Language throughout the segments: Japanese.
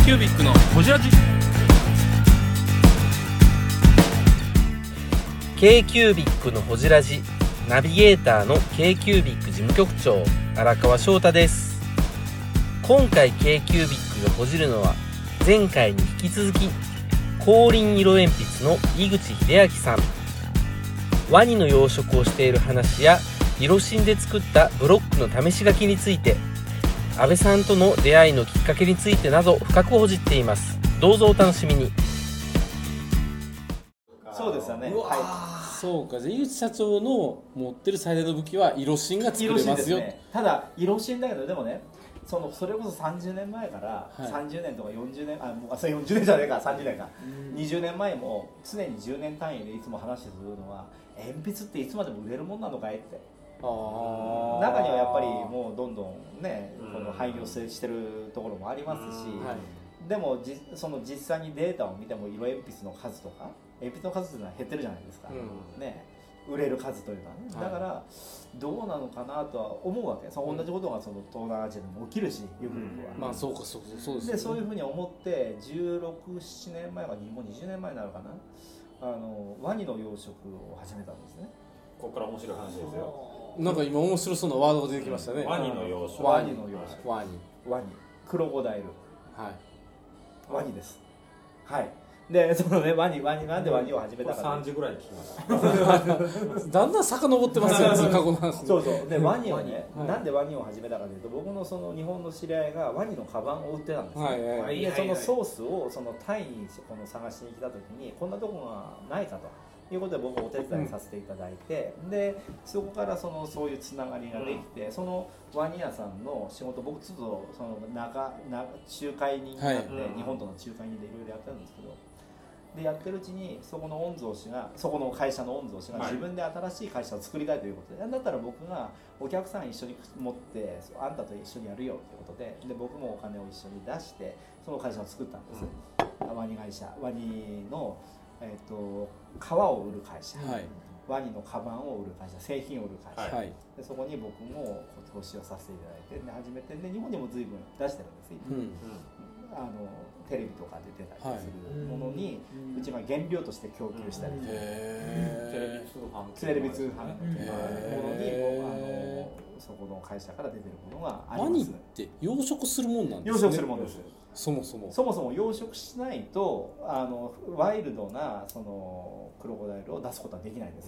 キュービックのホジラジ。 K-Cubic のほじラジナビゲーターの K-Cubic 事務局長荒川翔太です。今回 K-Cubic がほじるのは前回に引き続き光輪色鉛筆の井口秀明さん。ワニの養殖をしている話や色芯で作ったブロックの試し書きについて、安倍さんとの出会いのきっかけについてなど深くほじっています。どうぞお楽しみに。 そうですよね。 そうか、じゃあ井口社長の持ってる最大の武器は色芯が作れますよ。 ね、ただ色芯だけど、でもね、それこそ30年前から、 はい、 30年とか40年、40年じゃねえか、30年か、20年前も常に10年単位でいつも話するのは、鉛筆っていつまでも売れるもんなのかいって。中にはやっぱりもうどんどんね、この廃業してるところもありますし、でもその実際にデータを見ても色鉛筆の数とか鉛筆の数というのは減ってるじゃないですか、ね、売れる数というかね、だからどうなのかなとは思うわけ。同じことがその東南アジアでも起きるし、ゆくゆくは、 まあそうかそうですね。 でそういうふうに思って16、17年前かもう20年前になるかな、ワニの養殖を始めたんですね。 ここから面白い話ですよ。 なんか今面白そうなワードが出てきましたね。 ワニの養殖。 ワニの養殖。 ワニ。 クロコダイル。 はい。 ワニです。はい。で、そのね、ワニなんでワニを始めたか。 3時ぐらいに聞きました。 だんだん遡ってますよね。過去の話。 そうそう。で、ワニをね、なんでワニを始めたかというと、僕のその日本の知り合いがワニのカバンを売ってたんですよ。で、そのソースをそのタイに探しに来た時に、こんなとこがないかと。いうことで僕をお手伝いさせていただいて、でそこからそういうつながりができて、そのワニ屋さんの仕事、僕ちょっとその仲介人になって、日本との仲介人でいろいろやってるんですけど、でやってるうちにそこの御曹司が、そこの会社の御曹司が自分で新しい会社を作りたいということで、だったら僕がお客さん一緒に持ってあんたと一緒にやるよということで、僕もお金を一緒に出してその会社を作ったんです、ワニ会社。ワニの皮を売る会社、ワニのカバンを売る会社、製品を売る会社、でそこに僕も投資をさせていただいて、始めて、で日本にも随分出してるんです、テレビとかで出たりするものに、うちが原料として供給したりする、テレビ通販のものにそこの会社から出てるものがあります。 ワニって養殖するもんなんですね。 養殖するもんです。そもそも養殖しないとワイルドなそのクロコダイルを出すことはできないんです。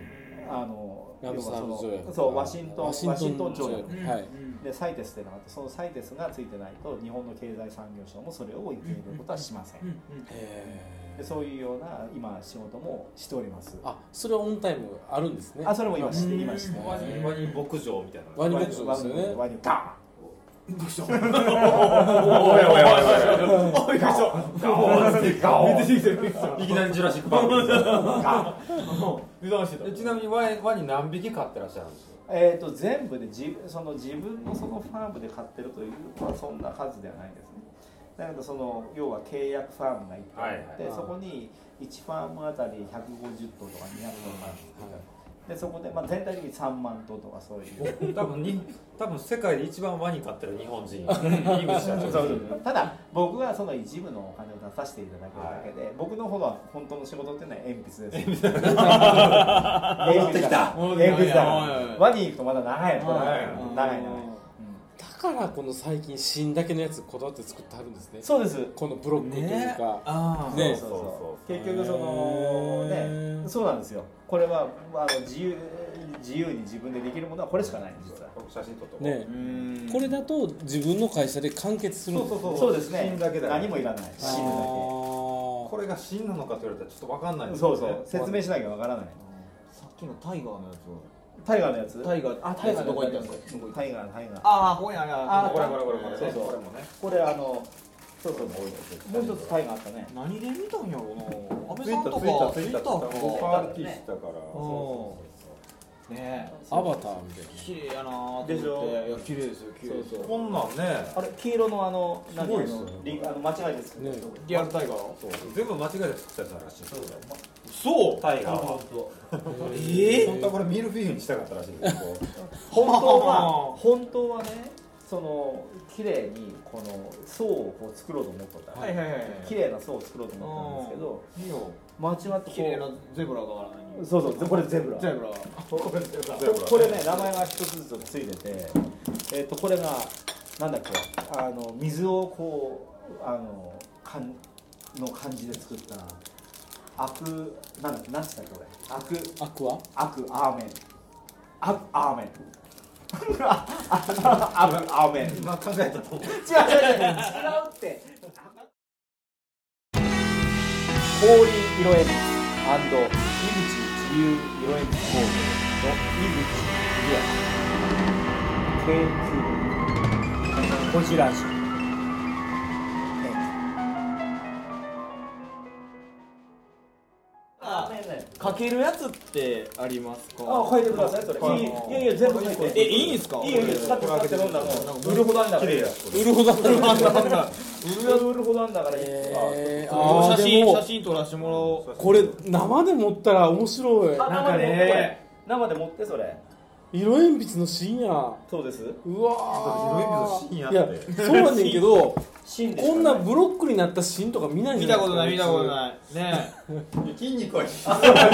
ワシントン条約でサイテスっていうのがあって、そのサイテスがついてないと日本の経済産業省もそれを受け入れることはしません。でそういうような今仕事もしております。 それはオンタイムあるんですね。 それも今してワニ牧場みたいな。 ワニ牧場ですよね。 ワニガーン。 どうした？おい。いきなりジュラシックパーク。ちなみにワニ何匹飼ってらっしゃるんですか？ 全部で自分のそのファームで飼ってるというのはそんな数ではないですね。だけど要は契約ファームがいっぱいあって、そこに1ファームあたり150頭とか200頭があるんですけど。でそこで全体的に3万頭とかそういう多分世界で一番ワニ飼ってる日本人ただ僕はその一部のお金を出させていただけるだけで、僕の方は本当の仕事っていうのは鉛筆です。鉛筆だ。ワニ行くとまだ長い。 だからこの最近芯だけのやつこだわって作ってあるんですね。 そうです。 このブロックというか、 結局そうなんですよ。これは自由に自分でできるものはこれしかないんです。実は写真撮ってこれだと自分の会社で完結するんです。 そうですね。 芯だけだ。 何もいらない。芯だけ。 これが芯なのかと言われたらちょっと分かんないですね。説明しなきゃ分からない。 さっきのタイガーのやつ。 タイガーのやつ？ タイガーどこ行ったんですか？ タイガー。 これもね。 これもう一つタイガーあったね。 何で見たんやろうな。安倍さんとかツイッターパーティーしたから。 ね、 アバターみたいな。 綺麗やなーって思って。いや綺麗ですよ、綺麗ですよ。 こんなんね。 あれ黄色のすごいですよ。 間違いですね。 リアルタイガー。 全部間違えて作ったらしい。そうタイガーは。 本当はこれミルフィーユにしたかったらしいです。 本当はね。 その綺麗にこの層をこう作ろうと思っとった、綺麗な層を作ろうと思ったんですけど、間違って綺麗なゼブラがそうこれゼブラこれね名前が一つずつついてて、これがなんだっけ水をこうの感じで作ったなんだっけ何つったっけこれアクアーメンアーメン今考えたと思う。 違うって氷色鉛筆&井口自由色鉛筆工業の井口秀明こちらしかけるやつってありますか？ 書いてくださいそれ。いや全部書いて。いいんですか？いいよ使って飲んだもん。売るほどあんだから。売るほどあんだから。 写真撮らせてもらおう。 これ生で持ったら面白い。 なんかね生で持ってそれ。 色鉛筆の芯や。 そうです。 うわ色鉛筆の芯やって。 いやそうなんだけど。こんなね、 ブロックになった芯とか見ないじゃないですか。 見たことないね筋肉はいい。 筋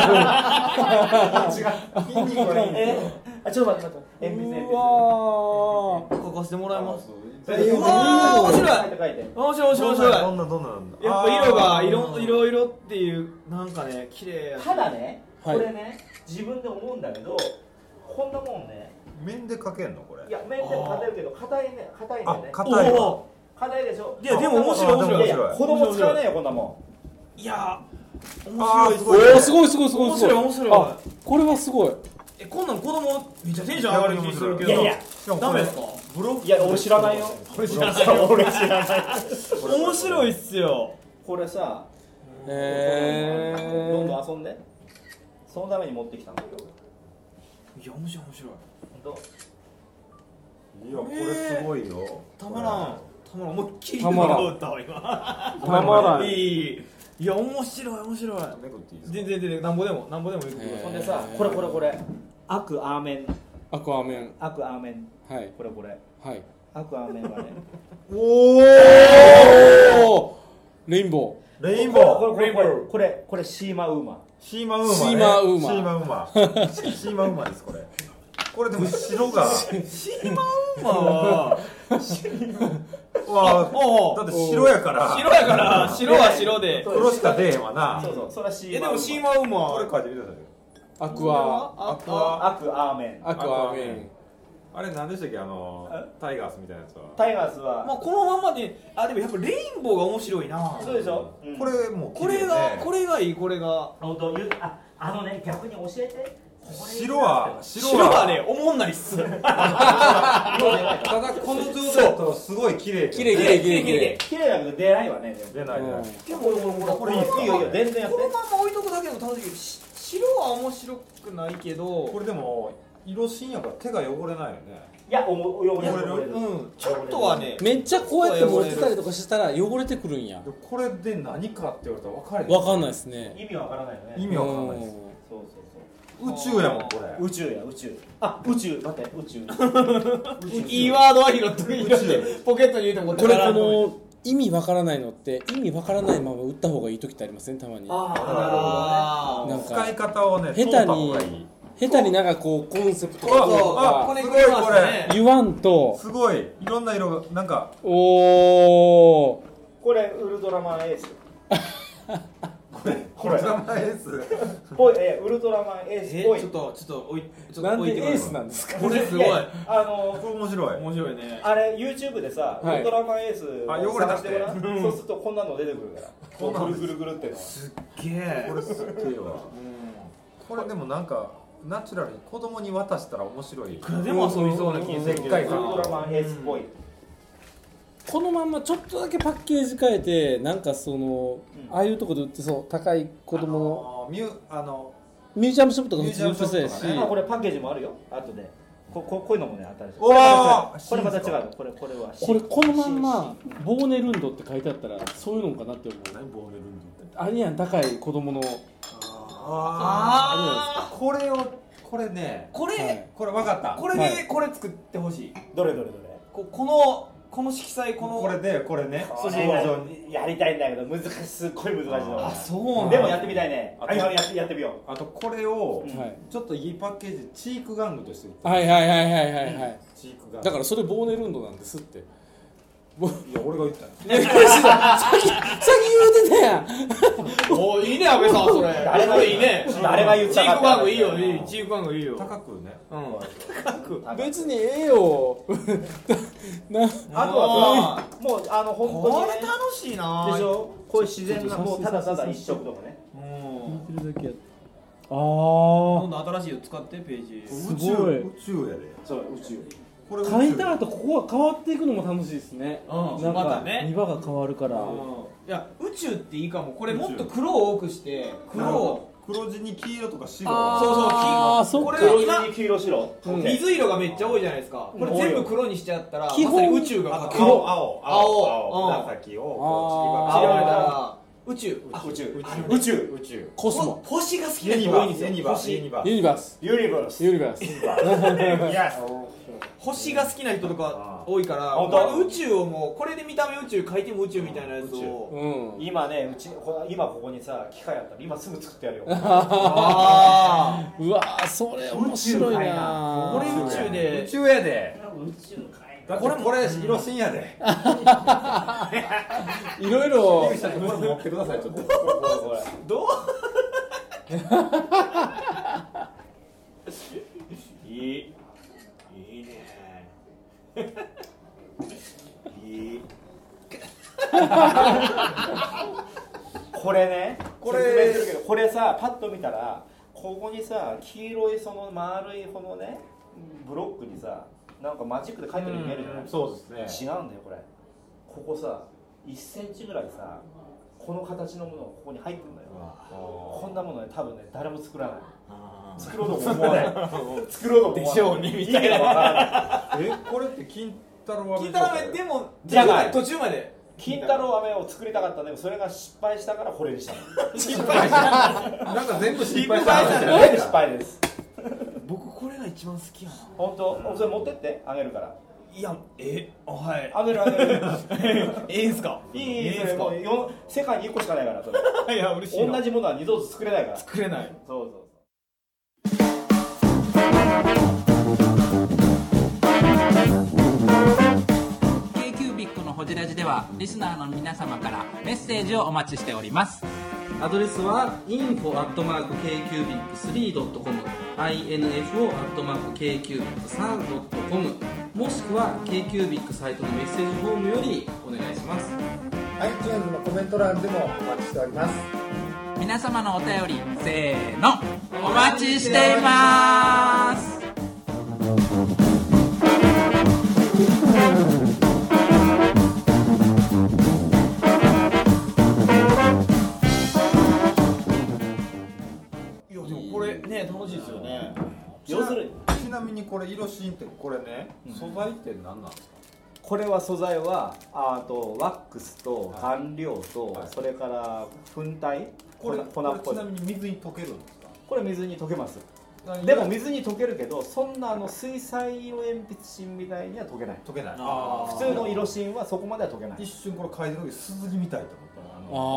肉はいい。ちょっと待って鉛筆うわ書かせてもらいます。 うわ面白い面白いどんななんだ。 やっぱ色っていうなんかね綺麗や。 ただねこれね自分で思うんだけどこんなもんね面で描けんのこれ。 いや面でも描けるけど硬いんだよね。 硬いわ。 硬いでしょ。 いやでも面白い。 子供使わないよこんなもん。いや面白い。すごい。 面白い。 これはすごい。 こんなん子供めっちゃテンション上がる気するけど。 いやダメですか？ いや俺知らないよ。俺知らない。 面白いっすよ。 これさどんどん遊んで。そのために持ってきたんだけど。 いや面白い。 本当？ いやこれすごいよ。 たまらん思いっきりたまらん歌わ今たまらん。 いや面白い全然なんぼでも言ってください。 そんでさこれアクアーメンアクアーメンはいこれはいアクアーメンはねおおレインボーこれシーマウーマシーマウーマですこれ。これでも白がシーマウーマはだって白やから白は白で黒しか出えんわな。 そうそれはシーマでもシーマウーマこれ書いてみてください。 アクアーメンあれ何でしたっけタイガースみたいなやつは。 タイガースはまあこのままででもやっぱレインボーが面白いな。 そうでしょ。 これもこれがいいこれが本当ね逆に教えて。 白はねおもんないっす。 ただこの状態だとすごい綺麗だけど出ないわね。 出ない。 でもこれいいよ全然やって。 このまま置いとくだけでも楽しいけど白は面白くないけどこれでも色芯やから手が汚れないよね。 いや汚れる。 ちょっとはねめっちゃこうやって持ってたりとかしたら汚れてくるんや。 これで何かって言われたら分かんないですね。 意味わからないよね。 意味わからないです。 そう宇宙やもんこれ。 宇宙待って宇宙いいワードは拾ってポケットに入れてもこれこの意味わからないのって意味わからないまま打った方がいい時ってありませんたまに。 あなるほどね。 使い方をね下手になんかこうコンセプトとかすごいこれ言わんとすごいいろんな色がなんかこれウルトラマンエースウルトラマンエースウルトラマンエースっぽい。 ちょっとなんでエースなんですか。 これすごいこれ面白いね。 あれ YouTube でさウルトラマンエース探してごらん。そうするとこんなの出てくるからぐるぐるってのすっげえこれすっげえわ。これでもなんかナチュラルに子供に渡したら面白い。 でも遊びそうな気がする。 ウルトラマンエースっぽい。 このまんまちょっとだけパッケージ変えてなんかああいうとこで売ってそう高い子供のミュージアムショップとか普通に売ってそうやし。 これパッケージもあるよ後で。こういうのもね新しい。これまた違う。これはこのまんまボーネルンドって書いてあったらそういうのかなって思う。 何ボーネルンドってあれやん高い子供のこれねこれ分かった。 これでこれ作ってほしい。 どれこの色彩これねそれやりたいんだけどすっごい難しいの。 あ、そうでもやってみたいね。やってみよう。 あとこれをちょっといいパッケージチーク玩具としてはいチーク玩具だからそれボーネルンドなんですって。 いや俺が言ったよ。 先言うてたやん。 おいいね、阿部さんそれ。 誰がいいね。誰が言ったか。 チーク玩具いいよ。チーク玩具いいよ。 高くね。 高く。 別にええよ。 あとはもう本当にこれ楽しいな。 でしょ。こういう自然なもうただただ一色とかね。 聞いてるだけや。 どんどん新しいの使ってページ。 すごい。 宇宙やで。 そう宇宙。 書いた後ここが変わっていくのも楽しいですね。 なんか見場が変わるから。 いや宇宙っていいかも。これもっと黒を多くして黒地に黄色とか白。 そう。これ黒地に黄色白。 水色がめっちゃ多いじゃないですか。これ全部黒にしちゃったらまさに宇宙が青紫を散りばめたら宇宙コスモ星が好きな人多いんですよ。 ユニバース星が好きな人とか多いから宇宙をもうこれで見た目宇宙書いても宇宙みたいなやつを今ね今ここにさ機械あったら今すぐ作ってやるよ。 うわそれ面白いな。 これ宇宙で宇宙やで。これ色芯やで。 いろいろ持ってくださいちょっと。 どういいね。いい。これね、説明するけど、これさパッと見たらここにさ黄色いその丸いこのねブロックにさなんかマジックで書いてるように見えるじゃない。 そうですね。 違うんだよこれ。ここさ1センチぐらいさこの形のものがここに入ってるんだよ。こんなものね多分ね誰も作らない。作ろうとも思わない。作ろうとも思わない。 でしょうねみたいな。 これって金太郎飴でもじゃない途中まで金太郎飴を作りたかったんだけどそれが失敗したからこれにしたの。 失敗したなんか全部失敗した全部失敗です。 僕これが一番好きやな。 本当？それ持ってってあげるから。 いやはいあげる。 いいんすか？ いいそれもう世界に1個しかないからそれ。 いや嬉しいな。 同じものは二度と作れないから。 作れない。 そう。 K-Cubic のホジラジではリスナーの皆様からメッセージをお待ちしております。アドレスは info@kcubic3.com info@kcubic3.com もしくは K-Cubic サイトのメッセージフォームよりお願いします。 iTunes のコメント欄でもお待ちしております。 皆様のお便りせーのお待ちしています。 いやでもこれね楽しいですよね。 要するにちなみにこれ色芯ってこれね素材って何なんですか？ これは素材はワックスと顔料とそれから粉体これ粉っぽい。 ちなみに水に溶けるんですか？ これ水に溶けます。でも水に溶けるけどそんな水彩色鉛筆芯みたいには溶けない。 溶けない。 普通の色芯はそこまでは溶けない。 一瞬これ書いてる時鈴木みたいと思ったら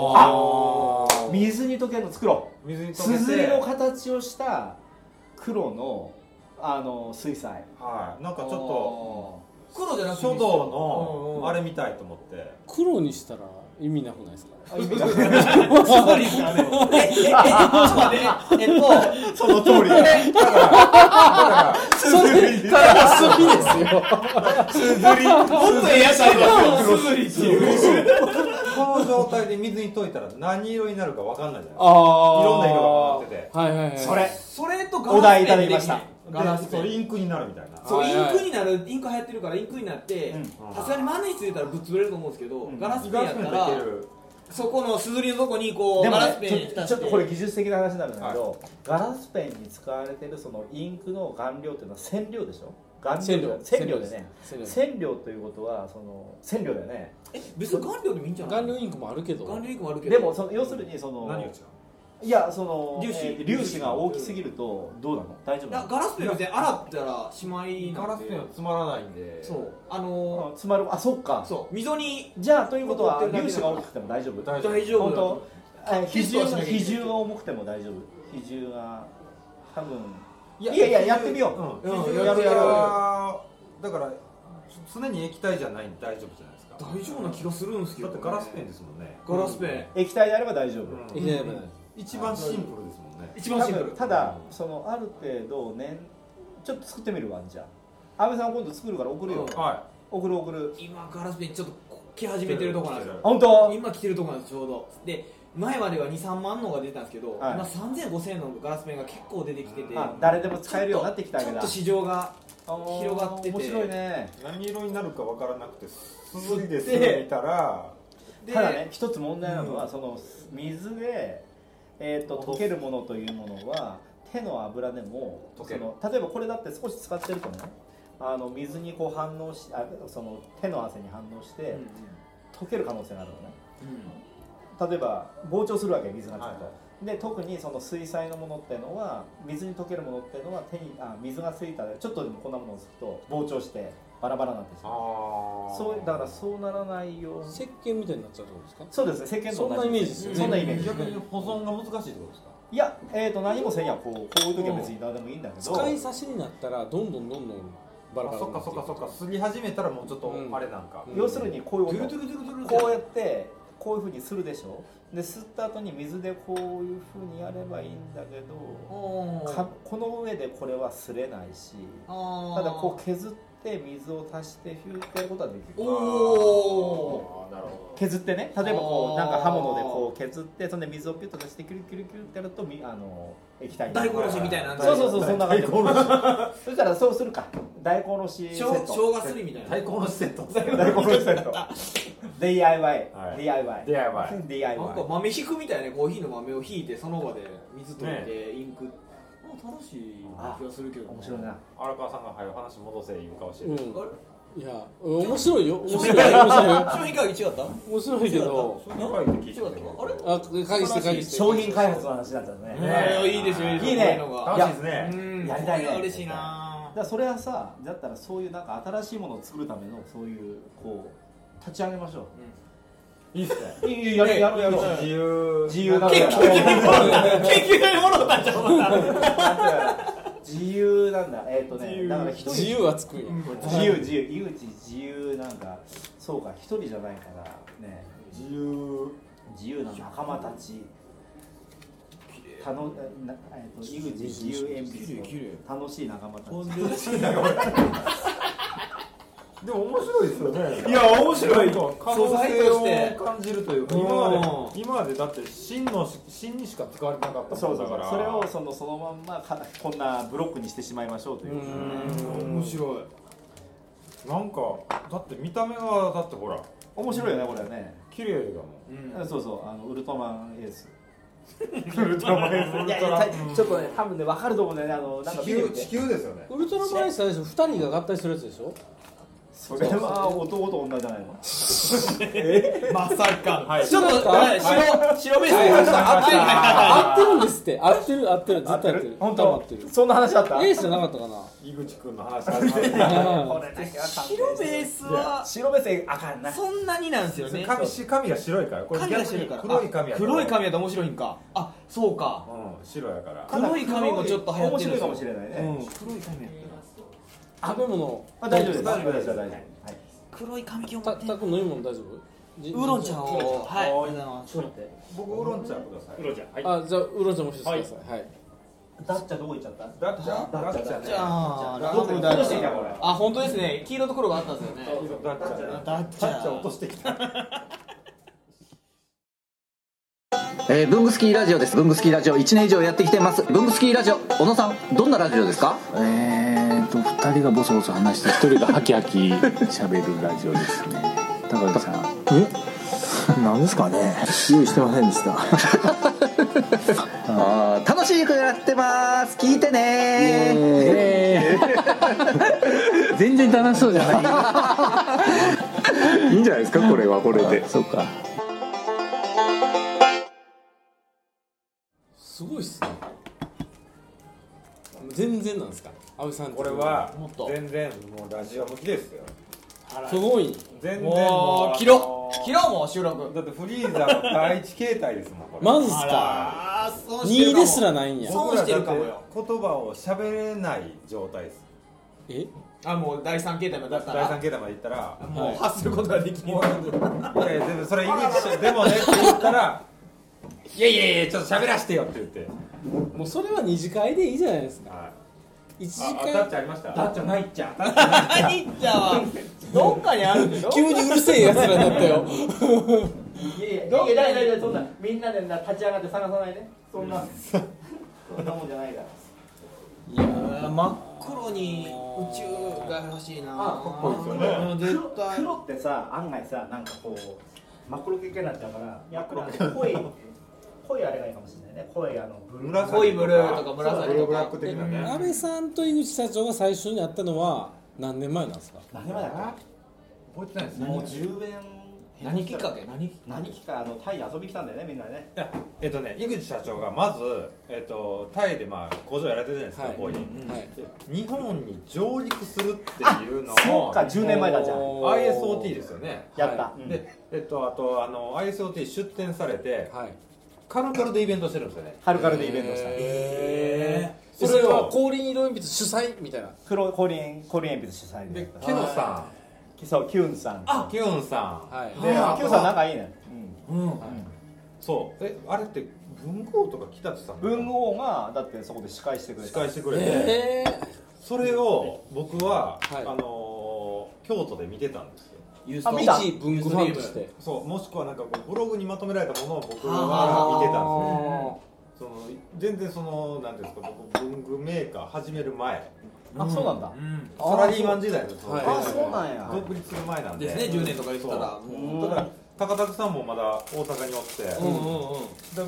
水に溶けるの作ろう。 水に溶けて鈴の形をした黒の水彩。 はい。なんかちょっと黒じゃなくて書道のあれみたいと思って黒にしたら意味なくないですか？ 意味なくない。 その通りだ。 それただ好きですよ。 もっとええやつありますよ。すずりっていう。 この状態で水に溶いたら何色になるか分かんないじゃないですか。いああ。 ろんな色が回ってて。 はいはいはい。 それとお題いただきました。 ガラスペン。 インクになるみたいな。 そうインクになる。インク流行ってるからインクになってさすがに万年筆入れたらぶっ潰れると思うんですけどガラスペンやったらそこのすずりのとこにこうガラスペン浸してちょっとこれ技術的な話になるんだけどガラスペンに使われてるそのインクの顔料っていうのは染料でしょ。染料でね。染料ということはその染料だよね。 別に顔料でもいいんじゃない？ 顔料インクもあるけど。 顔料インクもあるけど。 でも要するにその何が違う？ いやその粒子が大きすぎるとどうなの？大丈夫？ ガラスペン別に洗ったらしまいなんで。 ガラスペンは詰まらないんで。 そう。 詰まる。あ、そっか。 そう。溝に。 じゃあということは粒子が大きくても大丈夫？ 大丈夫。本当。 比重が重くても大丈夫？比重が多分。いややってみよう。 やる。だから常に液体じゃないんで大丈夫じゃないですか。 大丈夫な気がするんですけど。 だってガラスペンですもんね。 ガラスペン。 液体であれば大丈夫。 一番シンプルですもんね。 一番シンプル。 ただそのある程度ちょっと作ってみるわ。じゃあ安倍さん今度作るから送るよ。 はい。 送る。 今ガラスペンちょっと来始めてるとこなんですよ。 本当？ 今来てるとこなんですちょうど。で前までは2、3万のが出たんですけど、今3000、5000のガラスペンが結構出てきてて、 誰でも使えるようになってきたわけだ。 ちょっと市場が広がってて、 面白いね。 何色になるかわからなくてすすりで見たら、 ただね一つ問題なのはその水で溶けるものというものは手の油でも例えばこれだって少し使ってるとね水にこう反応しその手の汗に反応して溶ける可能性があるのね。例えば膨張するわけ水がつくと、で特にその水彩のものっていうのは水に溶けるものっていうのは水がついたらちょっとでもこんなものをすると膨張してバラバラになってしまう。だからそうならないように石鹸みたいになっちゃうってことですか？ そうですね、石鹸と同じ。 そんなイメージですよね。 そんなイメージ。 逆に保存が難しいってことですか？ いや何もせんやこういう時は別に誰でもいいんだけど、 使い差しになったらどんどんバラバラになっていく。 そっかすり始めたらもうちょっとあれなんか、 要するにこういうこうやってこういうふうにするでしょ。で吸った後に水でこういうふうにやればいいんだけど、この上でこれは擦れないし、ただこう削って水を足してフューってやることはできる。削ってね、例えばこうなんか刃物でこう削ってそんで水をピュッと出してキュルキュルキュルってやると液体に大根おろしみたいな。 そうそんな感じ。そしたらそうするか。大根おろしセット。 生姜すりみたいな。 大根おろしセット。 大根おろしセット。DIY。 なんか豆引くみたいな、コーヒーの豆を引いてその場で水取ってインク。楽しい気がするけど。 面白いな。 荒川さんが話戻せいう顔してる。 いや面白いよ。 商品会議違った？ 面白いけど。 商品会議って聞いてた。 会議して商品開発の話だったね。 いいですよ。いいね。 楽しいですね。 やりたいね。 嬉しいな。 だそれはさ、だったらそういうなんか新しいものを作るためのそういうこう立ち上げましょう。 いいっすね。 いいやろう。自由な研究会もろたんじゃん。 自由なんだ。だから一人自由はつくよ。 自由なんかそうか、一人じゃないからね。自由な仲間たち。井口自由鉛筆の楽しい仲間たち。 でも面白いですよね。 いや面白い。 可能性を感じるというか、今までだって芯にしか使われなかったものだから、 それをそのまんまこんなブロックにしてしまいましょうという。 面白い。なんかだって見た目がだってほら面白いよねこれね。 綺麗だもん。 そうウルトラマンエース。 ウルトラマンエース。 いやちょっとね多分ね分かると思うんだよね。なんか地球ですよね。 ウルトラマンエース最初2人が合体するやつでしょ。 それは男と女じゃないの。 まさか。 ちょっと白ベースで合ってるんですって。合ってる絶対合ってる。 本当合ってる。そんな話だった。 エースじゃなかったかな。 井口くんの話ありますね。 白ベースは白ベースあかんな。 そんなになんですよね。 髪が白いから。これ髪が白いから。 黒い髪や。 黒い髪やと面白いんか。あ、そうか。 白やから。 黒い髪もちょっと流行ってる。 面白いかもしれないね。 黒い髪やった。 食べ物大丈夫です。大丈夫。 黒い髪をたく飲み物大丈夫？ ウーロン茶を。はい。ありがとうございます。 僕ウーロン茶ください。ウーロン茶。 あ、じゃあウーロン茶も一つください。はい。 ダッチャどこ行っちゃった？ ダッチャ。 どこにダッチャ。あ、本当ですね。黄色と黒があったんですよね。 ダッチャ落としてきた。 ブングスキーラジオです。ブングスキーラジオ1年以上やってきてます。ブングスキーラジオ、小野さんどんなラジオですか ？2人がボソボソ話して1人がハキハキ喋るラジオですね。高橋さん、何ですかね、用意してませんでした楽しくやってます、聞いてね全然楽しそうじゃないいいんじゃないですか、これはこれで。そうか。 すごいっすね。全然なんですか、阿部さん。 これは全然もうラジオ向きですよ。 すごい。 全然もう切ろうもう収録。 だってフリーザの第一形態ですもんこれ。 マジっすか。2ですらないんや。 損してるかもよ。 言葉を喋れない状態です。 え？ もう第3形態までだったら。 第3形態までいったらもう発することができない。 いやでもそれ井口でもねって言ったらいやちょっと喋らせてよって言って。 もうそれは二次会でいいじゃないですか。1時間。 タッチありました。 タッチないっちゃ。 ないっちゃはどっかにあるんでしょ。 急にうるせえやつらになったよ。 いやそんなみんなで立ち上がって探さないね。そんなもんじゃないから。 いや真っ黒に宇宙が欲しいな。 かっこいいですよね。絶対黒ってさ、案外さ、なんかこう真っ黒系になっちゃうから、やっぱり濃いあれがいいかもしれないね。濃い濃いブルーとか紫とか。 安倍さんと井口社長が最初に会ったのは何年前なんですか。 何年前だっけ？ 覚えてないです。 もう10年。 何きっかけ？何きっかけ？タイに遊びに来たんだよね、みんなね。 井口社長がまずタイで工場やられてるじゃないですか、こういう日本に上陸するっていうのをそうか、10年前だじゃん。 ISOT ですよね。 やった。 であとISOT 出展されてカルカルでイベントしてるんですよね。 カルカルでイベントした。 それは光輪色鉛筆主催みたいな。 光輪鉛筆主催で。 ケノさん。 そう、キュンさん。 キュンさん。 で、キュンさん仲いいね。 そう。あれって文豪とか来たってさ。 文豪がだってそこで司会してくれて。それを僕は京都で見てたんですよ。 見た。 文具ファンとして。 そう。もしくはなんかブログにまとめられたものを僕は見てたんですよ。全然なんていうんですか、僕文具メーカー始める前。 そうなんだ。 サラリーマン時代のそうなんや。 独立する前なんで。 ですね、10年とか言ったら。 ただ高田さんもまだ大阪におって、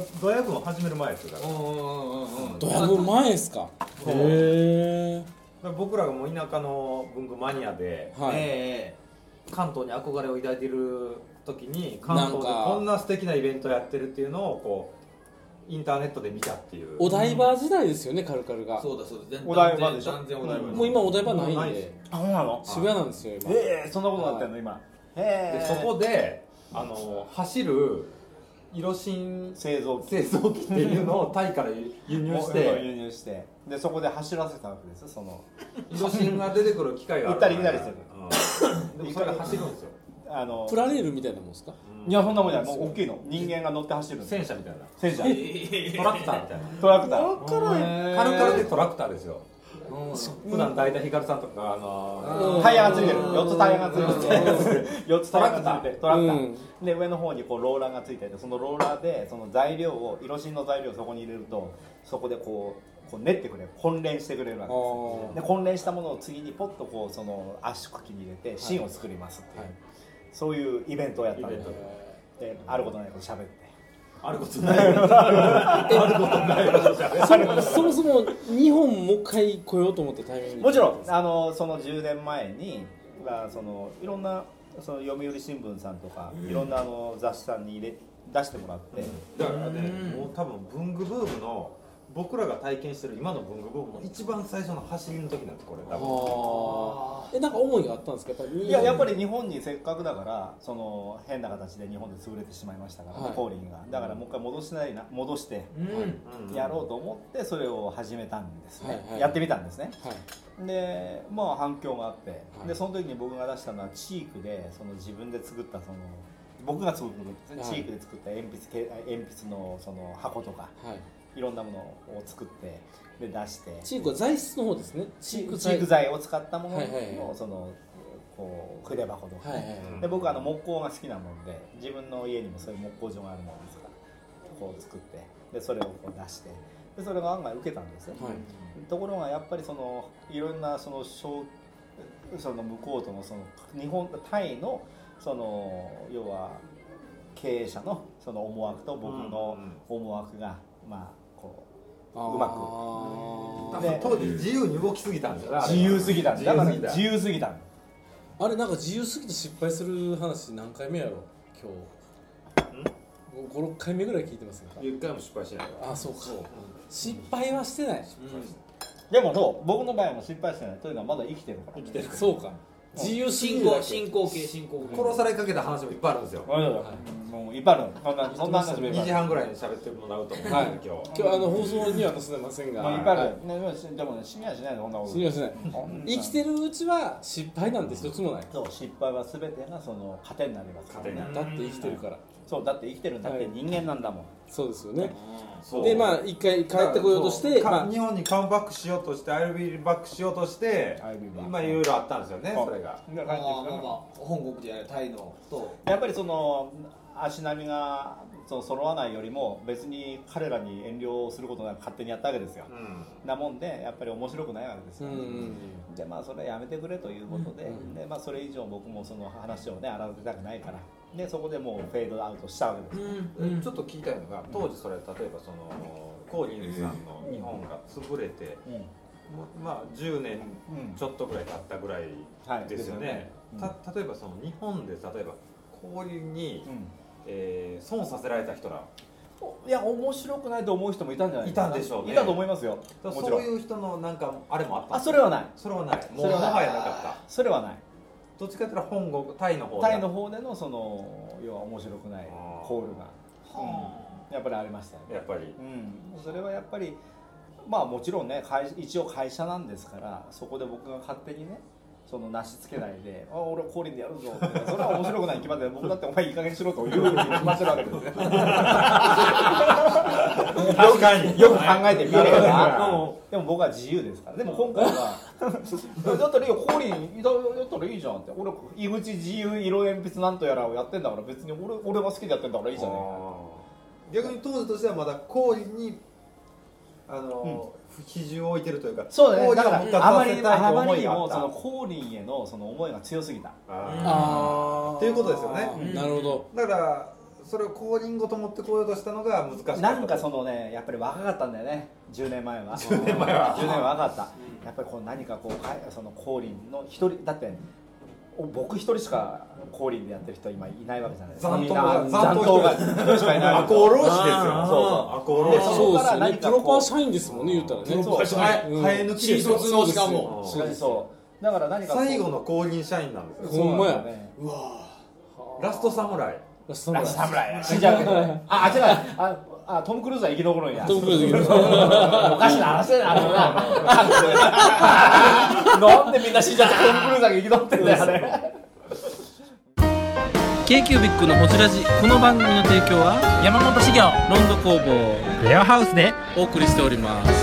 ドヤ分始める前ですよ。 ドヤ分前ですか。へえ。 僕らがもう田舎の文具マニアで、関東に憧れを抱いている時に関東でこんな素敵なイベントやってるっていうのをこうインターネットで見たっていう。 お台場時代ですよね、カルカルが。 そうだそうです。 お台場でしょ。 もう今お台場ないんで。 あ、そうなの？ 渋谷なんですよ今。 そんなことになってんの今。 でそこで走る色芯製造機っていうのをタイから輸入してでそこで走らせたわけですよ。 色芯が出てくる機械が行ったり来たりする。 でもそれが走るんですよ。 プラレールみたいなもんですか？ いや、そんなもんじゃない。もう大きいの。人間が乗って走る。 戦車みたいな。 戦車。 トラクターみたいな。 トラクター。 カルカルでトラクターですよ。普段大体ヒカルさんとかタイヤがついてる。4つタイヤがついてる。4つタイヤがついてる。トラクター。で上の方にこうローラーがついてて、そのローラーでその材料を色芯の材料をそこに入れると、そこでこう練ってくれる、混練してくれるわけです。で混練したものを次にポッとこうその圧縮機に入れて芯を作りますっていう、そういうイベントをやったんです。であることないこと喋って。 あることないこと喋って。 そもそも日本もう一回来ようと思ったタイミング。 もちろんその10年前にいろんなその読売新聞さんとかいろんな雑誌さんに出してもらって、 だからね、もう多分文具ブームの僕らが体験してる今の文具ブームの一番最初の走りの時なんですこれ多分。 なんか思いがあったんですか？ やっぱり日本にせっかくだから変な形で日本で潰れてしまいましたから、コーリンがだからもう一回戻してやろうと思ってそれを始めたんですね。やってみたんですね。で反響があって、でその時に僕が出したのはチークで自分で作った僕が作ったチークで作った鉛筆の箱とか。いろんなものを作ってで出して、 チークは材質の方ですね。 チーク材を使ったもののこう筆箱とか、で僕は木工が好きなもんで自分の家にもそういう木工所があるものですからこう作ってでそれをこう出してでそれが案外受けたんですよ。ところがやっぱりいろんな向こうとのタイの要は経営者の思惑と僕の思惑がうまく当時自由に動きすぎたんですよ。 自由すぎたんだから自由すぎた。 あれなんか自由すぎて失敗する話何回目やろ今日。 5、6回目ぐらい聞いてますよ。 1回も失敗しない。 あ、そうか。失敗はしてない。 でもそう、僕の場合も失敗してないというのはまだ生きてるから。 生きてる。そうか。自由進行形。 殺されかけた話もいっぱいあるんですよ。 もういっぱいある。そんな話も 2時半ぐらいに喋ってもらうと思うんですけど、 今日放送には載せませんが、 いっぱいある。でもね、死にはしないの、こんなこと。 死にはしない。生きてるうちは失敗なんて一つもない。 そう、失敗は全てがその糧になります。 糧になる。だって生きてるから。 そう、だって生きてるんだって人間なんだもん。 そうですよね。で、まあ一回帰ってこようとして、 日本にカムバックしようとして、アイルビーバックしようとして、今いろいろあったんですよね、それが。 本国じゃないタイのとやっぱりその足並みが揃わないよりも別に彼らに遠慮することなく勝手にやったわけですよ、なもんでやっぱり面白くないわけですよ、でまあそれやめてくれということで、でまあそれ以上僕もその話をね荒立てたくないからでそこでもうフェードアウトしたわけです、 ちょっと聞きたいのが当時それ例えばそのコーリンズさんの日本が潰れて、まあ10年ちょっとぐらい経ったぐらいですよね、例えばその日本で例えば氷に、損させられた人らいや面白くないと思う人もいたんじゃないですか。 いたんでしょうね。 いたと思いますよ。 そういう人のなんかあれもあった。 あ、それはない。 それはない。もうもはやなかった。 それはない。 どっちかというと本国タイの方でのその要は面白くないコールが、やっぱりありましたよね。 やっぱり。 それはやっぱりまあもちろんね一応会社なんですからそこで僕が勝手にね。そのなしつけないで、俺は降臨でやるぞって、それは面白くないに決まって、僕だってお前いい加減にしろというふうに決まってるわけですね。確かによく考えてみれば、でも僕は自由ですから。でも今回はだったらいいよ、降臨だったらいいじゃんって、俺井口自由色鉛筆なんとやらをやってんだから別に俺が好きでやってんだからいいじゃないか。 逆に当時としてはまだ降臨に比重を置いてるというか、 そうだね。だからあまりにもその降臨へのその思いが強すぎた。 っていうことですよね。 なるほど。 だからそれを降臨語と持ってこようとしたのが難しかった。 なんかそのね、やっぱり若かったんだよね。10年前は。10年は若かった。やっぱりこう何かこうその降臨の一人だって僕一人しか降臨でやってる人は今いないわけじゃないですか。残党が一人しかいない。 赤穂浪士ですよ。 そうですね。プロパー社員ですもんね、言ったらね。 生え抜きで新卒のしかも。 そうだから何か最後の降臨社員なんですよ。 ほんまや。 ラストサムライ。 ラストサムライ。死んじゃうけど。違う。トム・クルーズは生き残るんや。 トム・クルーズ生き残る。 おかしな話だな。なんでみんな死んじゃってトム・クルーズが生き残ってんだよ、あれ。 K-Cubic のホジラジ、この番組の提供は山本資源ロンド工房レアハウスでお送りしております。